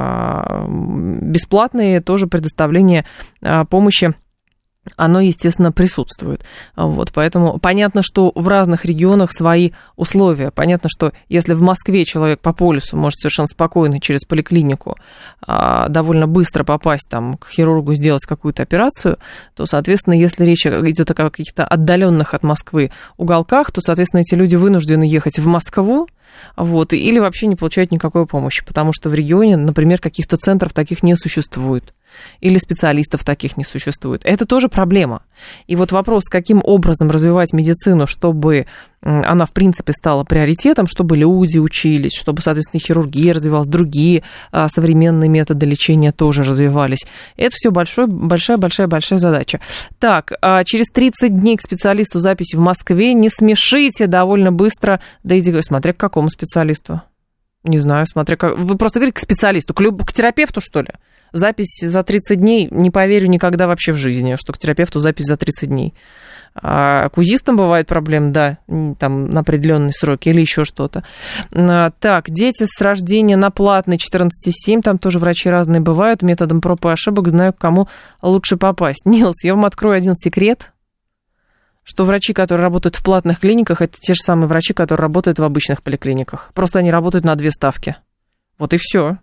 бесплатное тоже предоставление помощи, оно, естественно, присутствует. Вот, поэтому понятно, что в разных регионах свои условия. Понятно, что если в Москве человек по полюсу может совершенно спокойно через поликлинику а, довольно быстро попасть там, к хирургу, сделать какую-то операцию, то, соответственно, если речь идет о каких-то отдаленных от Москвы уголках, то, соответственно, эти люди вынуждены ехать в Москву, вот, или вообще не получают никакой помощи, потому что в регионе, например, каких-то центров таких не существует. Или специалистов таких не существует. Это тоже проблема. И вот вопрос, каким образом развивать медицину, чтобы она, в принципе, стала приоритетом, чтобы люди учились, чтобы, соответственно, хирургия развивалась, другие современные методы лечения тоже развивались. Это все большая-большая-большая задача. Так, через тридцать дней к специалисту записи в Москве. Не смешите, довольно быстро дойдите. Смотря к какому специалисту. Не знаю, смотря как... Вы просто говорите к специалисту, к, люб... к терапевту, что ли? Запись за тридцать дней, не поверю никогда вообще в жизни, что к терапевту запись за тридцать дней. А к узистам бывают проблемы, да, там на определенные сроки или еще что-то. Так, дети с рождения на платный четырнадцать семь, там тоже врачи разные бывают, методом проб и ошибок знаю, к кому лучше попасть. Нилс, я вам открою один секрет, что врачи, которые работают в платных клиниках, это те же самые врачи, которые работают в обычных поликлиниках. Просто они работают на две ставки. Вот и все.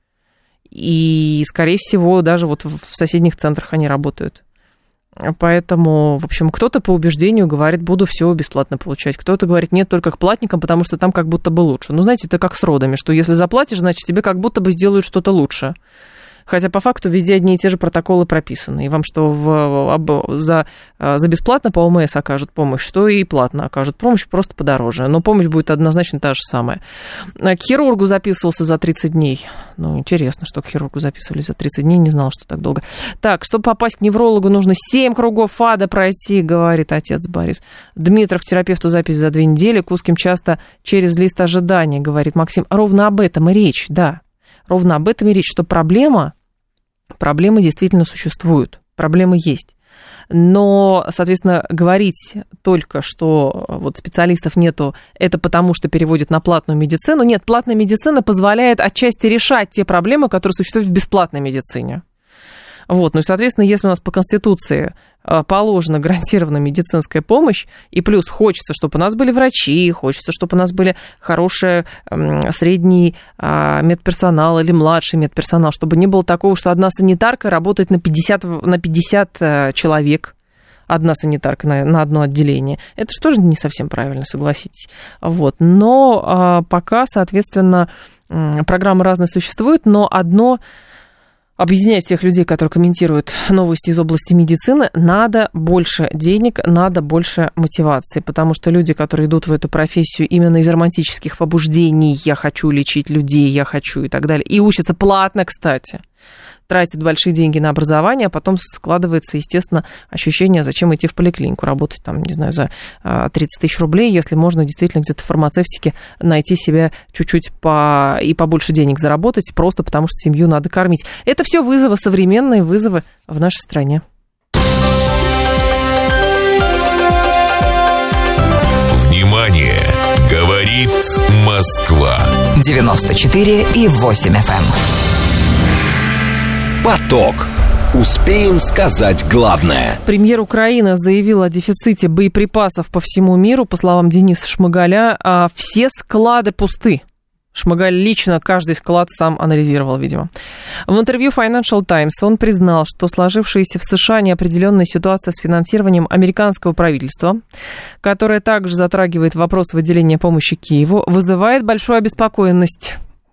И, скорее всего, даже вот в соседних центрах они работают. Поэтому, в общем, кто-то по убеждению говорит, буду все бесплатно получать. Кто-то говорит, нет, только к платникам, потому что там как будто бы лучше. Ну, знаете, это как с родами, что если заплатишь, значит, тебе как будто бы сделают что-то лучше. Хотя по факту везде одни и те же протоколы прописаны. И вам что в, за, за бесплатно по ОМС окажут помощь, что и платно окажут помощь, просто подороже. Но помощь будет однозначно та же самая. К хирургу записывался за тридцать дней. Ну, интересно, что к хирургу записывали за тридцать дней, не знала, что так долго. Так, чтобы попасть к неврологу, нужно семь кругов ада пройти, говорит отец Борис. Дмитров к терапевту запись за две недели, к узким часто через лист ожидания, говорит Максим. Ровно об этом и речь, да. Ровно об этом и речь, что проблема... Проблемы действительно существуют, проблемы есть. Но, соответственно, говорить только, что вот специалистов нету, это потому, что переводят на платную медицину. Нет, платная медицина позволяет отчасти решать те проблемы, которые существуют в бесплатной медицине. Вот, ну и, соответственно, если у нас по Конституции положена гарантированная медицинская помощь, и плюс хочется, чтобы у нас были врачи, хочется, чтобы у нас были хороший средний медперсонал или младший медперсонал, чтобы не было такого, что одна санитарка работает на пятьдесят, на пятьдесят человек, одна санитарка на, на одно отделение. Это же тоже не совсем правильно, согласитесь. Вот. Но пока, соответственно, программы разные существуют, но одно... Объединять всех людей, которые комментируют новости из области медицины, надо больше денег, надо больше мотивации, потому что люди, которые идут в эту профессию именно из романтических побуждений, я хочу лечить людей, я хочу и так далее, и учатся платно, кстати, тратят большие деньги на образование, а потом складывается, естественно, ощущение, зачем идти в поликлинику, работать там, не знаю, за тридцать тысяч рублей, если можно действительно где-то в фармацевтике найти себе чуть-чуть по... и побольше денег заработать, просто потому что семью надо кормить. Это все вызовы, современные вызовы в нашей стране. Внимание! Говорит Москва. девяносто четыре и восемь эф эм. Поток. Успеем сказать главное. Премьер Украины заявил о дефиците боеприпасов по всему миру. По словам Дениса Шмыгаля, все склады пусты. Шмыгаль лично каждый склад сам анализировал, видимо. В интервью Financial Times он признал, что сложившаяся в США неопределенная ситуация с финансированием американского правительства, которая также затрагивает вопрос выделения помощи Киеву, вызывает большую обеспокоенность.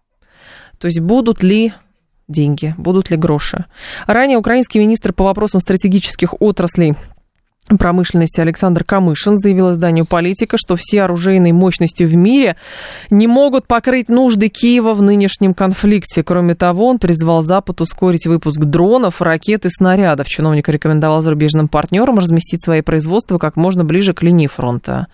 То есть будут ли деньги, будут ли гроши. Ранее украинский министр по вопросам стратегических отраслей промышленности Александр Камышин заявил изданию «Политика», что все оружейные мощности в мире не могут покрыть нужды Киева в нынешнем конфликте. Кроме того, он призвал Запад ускорить выпуск дронов, ракет и снарядов. Чиновник рекомендовал зарубежным партнерам разместить свои производства как можно ближе к линии фронта.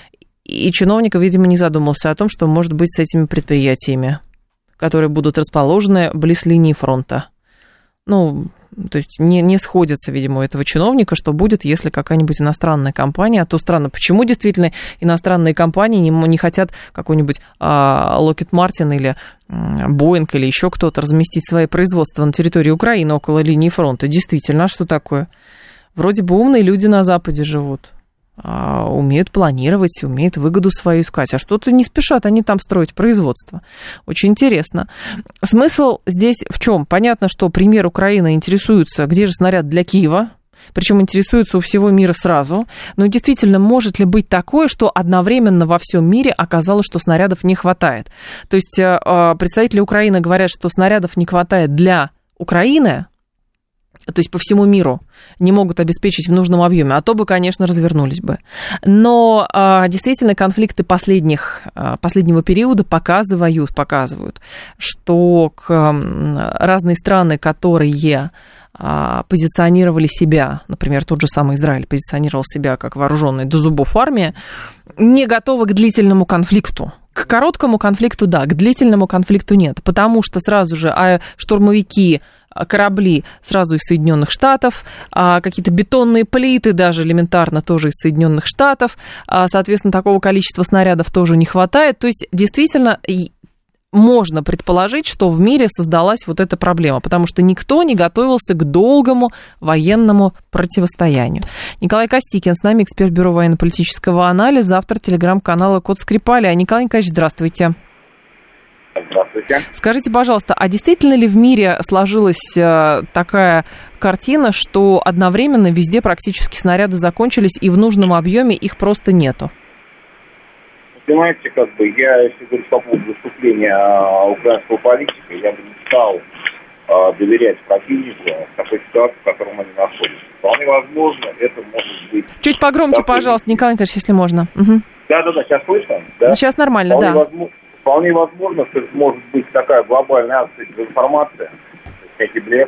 И чиновник, видимо, не задумался о том, что может быть с этими предприятиями, которые будут расположены близ линии фронта. Ну, то есть не, не сходится, видимо, у этого чиновника, что будет, если какая-нибудь иностранная компания, а то странно, почему действительно иностранные компании не, не хотят какой-нибудь а, Lockheed Martin или а, Boeing или еще кто-то разместить свои производства на территории Украины около линии фронта. Действительно, а что такое? Вроде бы умные люди на Западе живут. Умеют планировать, умеют выгоду свою искать. А что-то не спешат они там строить производство. Очень интересно. Смысл здесь в чем? Понятно, что премьер Украины интересуется, где же снаряд для Киева, причем интересуется у всего мира сразу. Но действительно, может ли быть такое, что одновременно во всем мире оказалось, что снарядов не хватает? То есть представители Украины говорят, что снарядов не хватает для Украины, то есть по всему миру не могут обеспечить в нужном объеме, а то бы, конечно, развернулись бы. Но а, действительно конфликты последних, а, последнего периода показывают, показывают, что к, а, разные страны, которые а, позиционировали себя, например, тот же самый Израиль позиционировал себя как вооруженная до зубов армия, не готовы к длительному конфликту. К короткому конфликту, да, к длительному конфликту нет, потому что сразу же а, штурмовики, корабли сразу из Соединенных Штатов, какие-то бетонные плиты даже элементарно тоже из Соединенных Штатов, соответственно, такого количества снарядов тоже не хватает. То есть, действительно, можно предположить, что в мире создалась вот эта проблема, потому что никто не готовился к долгому военному противостоянию. Николай Костикин с нами, эксперт Бюро военно-политического анализа, автор телеграм-канала «Код Скрипаля». Николай Николаевич, здравствуйте. Здравствуйте. Скажите, пожалуйста, а действительно ли в мире сложилась такая картина, что одновременно везде практически снаряды закончились, и в нужном объеме их просто нету? Понимаете, как бы, я, если говорить по поводу выступления украинского политика, я бы не стал а, доверять противнику в такой ситуации, в которой они находятся. Вполне возможно, это может быть... Чуть погромче, такой... пожалуйста, Николай Николаевич, если можно. Угу. Да-да-да, сейчас слышно? Да? Сейчас нормально, вполне да. Возможно, вполне возможно, что это может быть такая глобальная акция дезинформации, некий блеф,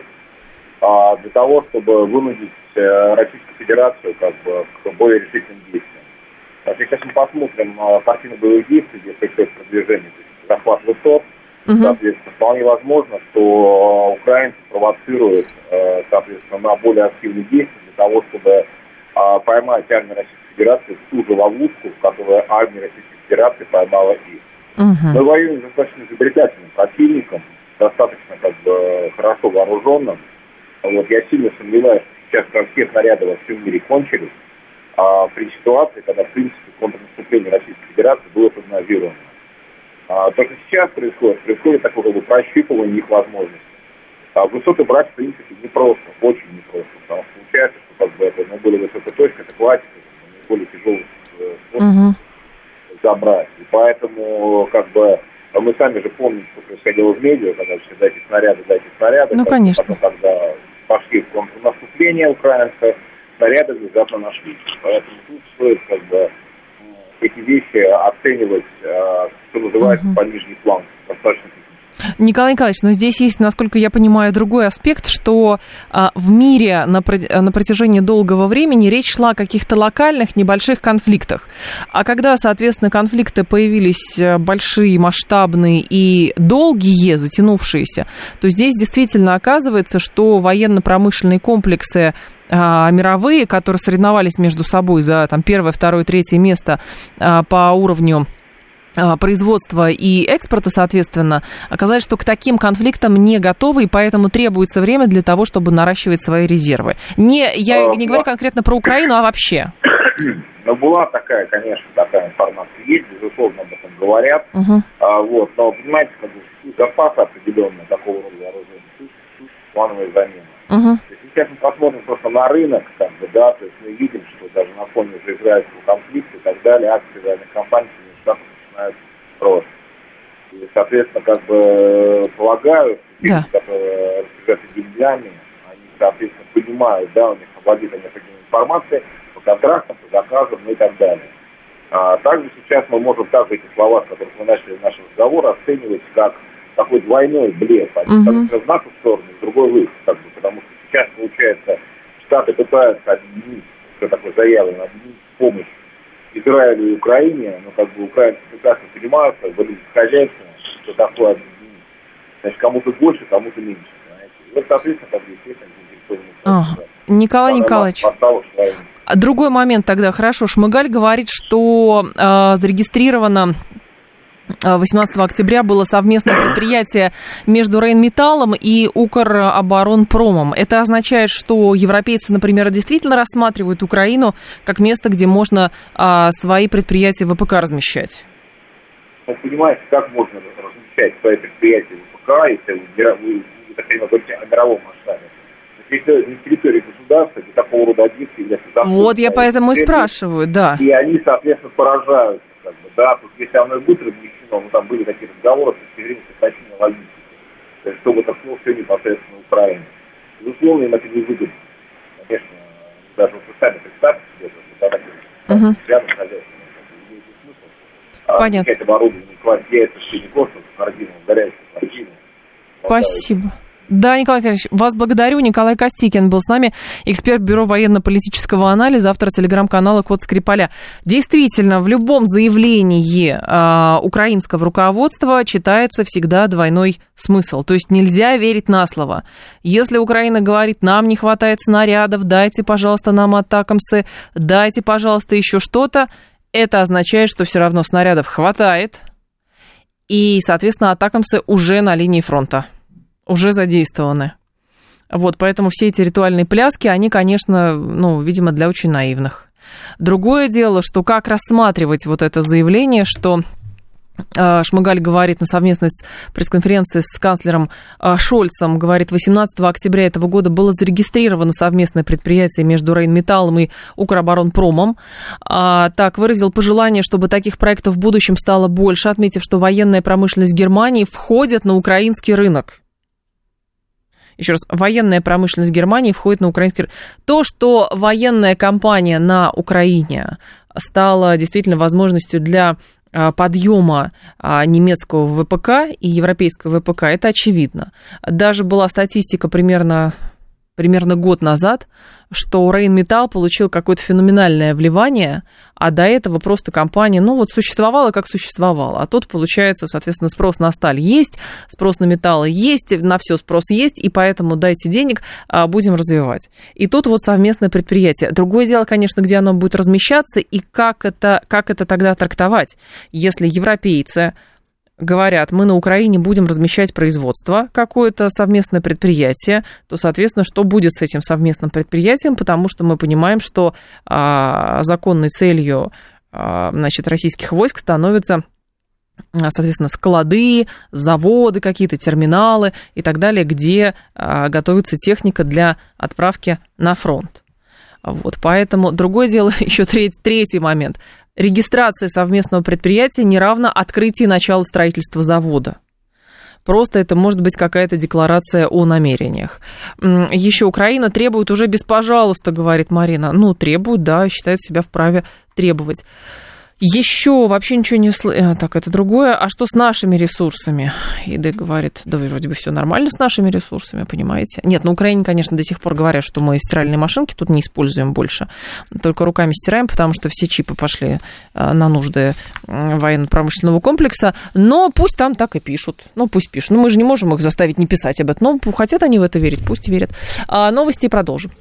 а, для того, чтобы вынудить а, Российскую Федерацию как бы, к более решительным действиям. Если мы посмотрим на картину боевых действий, где происходит продвижение, то есть захват высот, uh-huh. соответственно, вполне возможно, что украинцы провоцируют, соответственно, на более активные действия для того, чтобы поймать армию Российской Федерации в ту же ловушку, в которую армия Российской Федерации поймала их. Uh-huh. Мы воюем с достаточно изобретательным противником, достаточно как бы хорошо вооруженным. Вот, я сильно сомневаюсь, что сейчас все снаряды во всем мире кончились. А при ситуации, когда, в принципе, контрнаступление Российской Федерации было прогнозировано. А, то, что сейчас происходит, происходит такое как бы прощупывание их возможностей. А высоты брать, в принципе, непросто, очень непросто, потому что получается, что как бы это ну, были высокая точка, это классика, более тяжелый способ uh-huh. забрать. И поэтому, как бы, мы сами же помним, что происходило в медиа, когда все дайте снаряды, дайте снаряды. Ну, конечно. Потом, когда пошли в контрнаступление украинцев, снаряды внезапно нашли. Поэтому тут стоит как бы эти вещи оценивать, что называется, uh-huh. по нижней планке, достаточно критически. Николай Николаевич, но здесь есть, насколько я понимаю, другой аспект, что а, в мире на, на протяжении долгого времени речь шла о каких-то локальных небольших конфликтах. А когда, соответственно, конфликты появились большие, масштабные и долгие, затянувшиеся, то здесь действительно оказывается, что военно-промышленные комплексы а, мировые, которые соревновались между собой за там, первое, второе, третье место а, по уровню производства и экспорта, соответственно, оказалось, что к таким конфликтам не готовы, и поэтому требуется время для того, чтобы наращивать свои резервы. Не, я не говорю конкретно про Украину, а вообще. Ну, была такая, конечно, такая информация есть, безусловно, об этом говорят. Uh-huh. А, вот, но, понимаете, как бы запасы определенные такого рода вооружений, плановая замена. Uh-huh. То есть, сейчас мы посмотрим просто на рынок, как бы, да, то есть мы видим, что даже на фоне уже израильского конфликта и так далее, акции военных компаний начинают рост. И, соответственно, как бы полагаю, да. которые распоряжаются деньгами, они, соответственно, понимают, да, у них владеют необходимой информацией по контрактам, по заказам, ну и так далее. А также сейчас мы можем также эти слова, с которых мы начали наш разговор, оценивать как такой двойной блеф. Один uh-huh. в нашу сторону, в другой выход, как бы, потому что сейчас, получается, Штаты пытаются объединить, что такое заявлено, объединить помощь Израилю и Украине, но как бы украинцы прекрасно понимают, как бы хозяйственно, что такое объединить. Значит, кому-то больше, кому-то меньше. Знаете. И вот, соответственно, как бы, естественно, ага. Николай Николаевич, другой момент тогда, хорошо, Шмыгаль говорит, что э, зарегистрировано восемнадцатого октября было совместное предприятие между Рейнметаллом и Укроборонпромом. Это означает, что европейцы, например, действительно рассматривают Украину как место, где можно а, свои предприятия ВПК размещать? Вы понимаете, как можно размещать свои предприятия ВПК, если вы, вы, вы так понимаете, говорите о мировом масштабе? Если не территория государства, где такого рода объекты являются законными. Вот я поэтому и спрашиваю, да. И они, соответственно, поражают. Как бы, да, тут если оно будет размещено, ну там были такие разговоры с точки зрения сокращения логистики, то есть чтобы так ну, все непосредственно в Украине. Безусловно, им это не выгодно. Конечно, даже вот вы сами представьте себе, что тогда uh-huh. рядом хозяйство имеет смысл. Понятно. А оборудование яйца, что не просто с кардином, горячим кардином. Спасибо. Да, Николай Николаевич, вас благодарю. Николай Костикин был с нами, эксперт Бюро военно-политического анализа, автор телеграм-канала «Код Скрипаля». Действительно, в любом заявлении э, украинского руководства читается всегда двойной смысл. То есть нельзя верить на слово. Если Украина говорит, нам не хватает снарядов, дайте, пожалуйста, нам атакамсы, дайте, пожалуйста, еще что-то, это означает, что все равно снарядов хватает, и, соответственно, атакамсы уже на линии фронта. Уже задействованы. Вот, поэтому все эти ритуальные пляски, они, конечно, ну, видимо, для очень наивных. Другое дело, что как рассматривать вот это заявление, что э, Шмыгаль говорит на совместной пресс-конференции с канцлером э, Шольцем, говорит, восемнадцатого октября этого года было зарегистрировано совместное предприятие между Рейнметаллом и Укроборонпромом. Э, так, выразил пожелание, чтобы таких проектов в будущем стало больше, отметив, что военная промышленность Германии входит на украинский рынок. Еще раз, военная промышленность Германии входит на украинский рынок. То, что военная кампания на Украине стала действительно возможностью для подъема немецкого ВПК и европейского ВПК, это очевидно. Даже была статистика примерно, примерно год назад, что Рейнметалл получил какое-то феноменальное вливание, а до этого просто компания, ну вот существовала как существовала. А тут, получается, соответственно, спрос на сталь есть, спрос на металлы есть, на все спрос есть, и поэтому дайте денег, будем развивать. И тут вот совместное предприятие. Другое дело, конечно, где оно будет размещаться и как это, как это тогда трактовать, если европейцы говорят, мы на Украине будем размещать производство, какое-то совместное предприятие, то, соответственно, что будет с этим совместным предприятием, потому что мы понимаем, что а, законной целью а, значит, российских войск становятся, соответственно, склады, заводы какие-то, терминалы и так далее, где а, готовится техника для отправки на фронт. Вот, поэтому другое дело, еще третий, третий момент. Регистрация совместного предприятия не равна открытию начала строительства завода. Просто это может быть какая-то декларация о намерениях. Еще Украина требует уже без «пожалуйста», говорит Марина. Ну, требует, да, считает себя вправе требовать. Еще вообще ничего не слышно. Так, это другое. А что с нашими ресурсами? Иды говорит, да вроде бы все нормально с нашими ресурсами, понимаете? Нет, на Украине, конечно, до сих пор говорят, что мы стиральные машинки тут не используем больше. Только руками стираем, потому что все чипы пошли на нужды военно-промышленного комплекса. Но пусть там так и пишут. Ну, пусть пишут. Ну, мы же не можем их заставить не писать об этом. Но хотят они в это верить, пусть верят. А новости продолжим.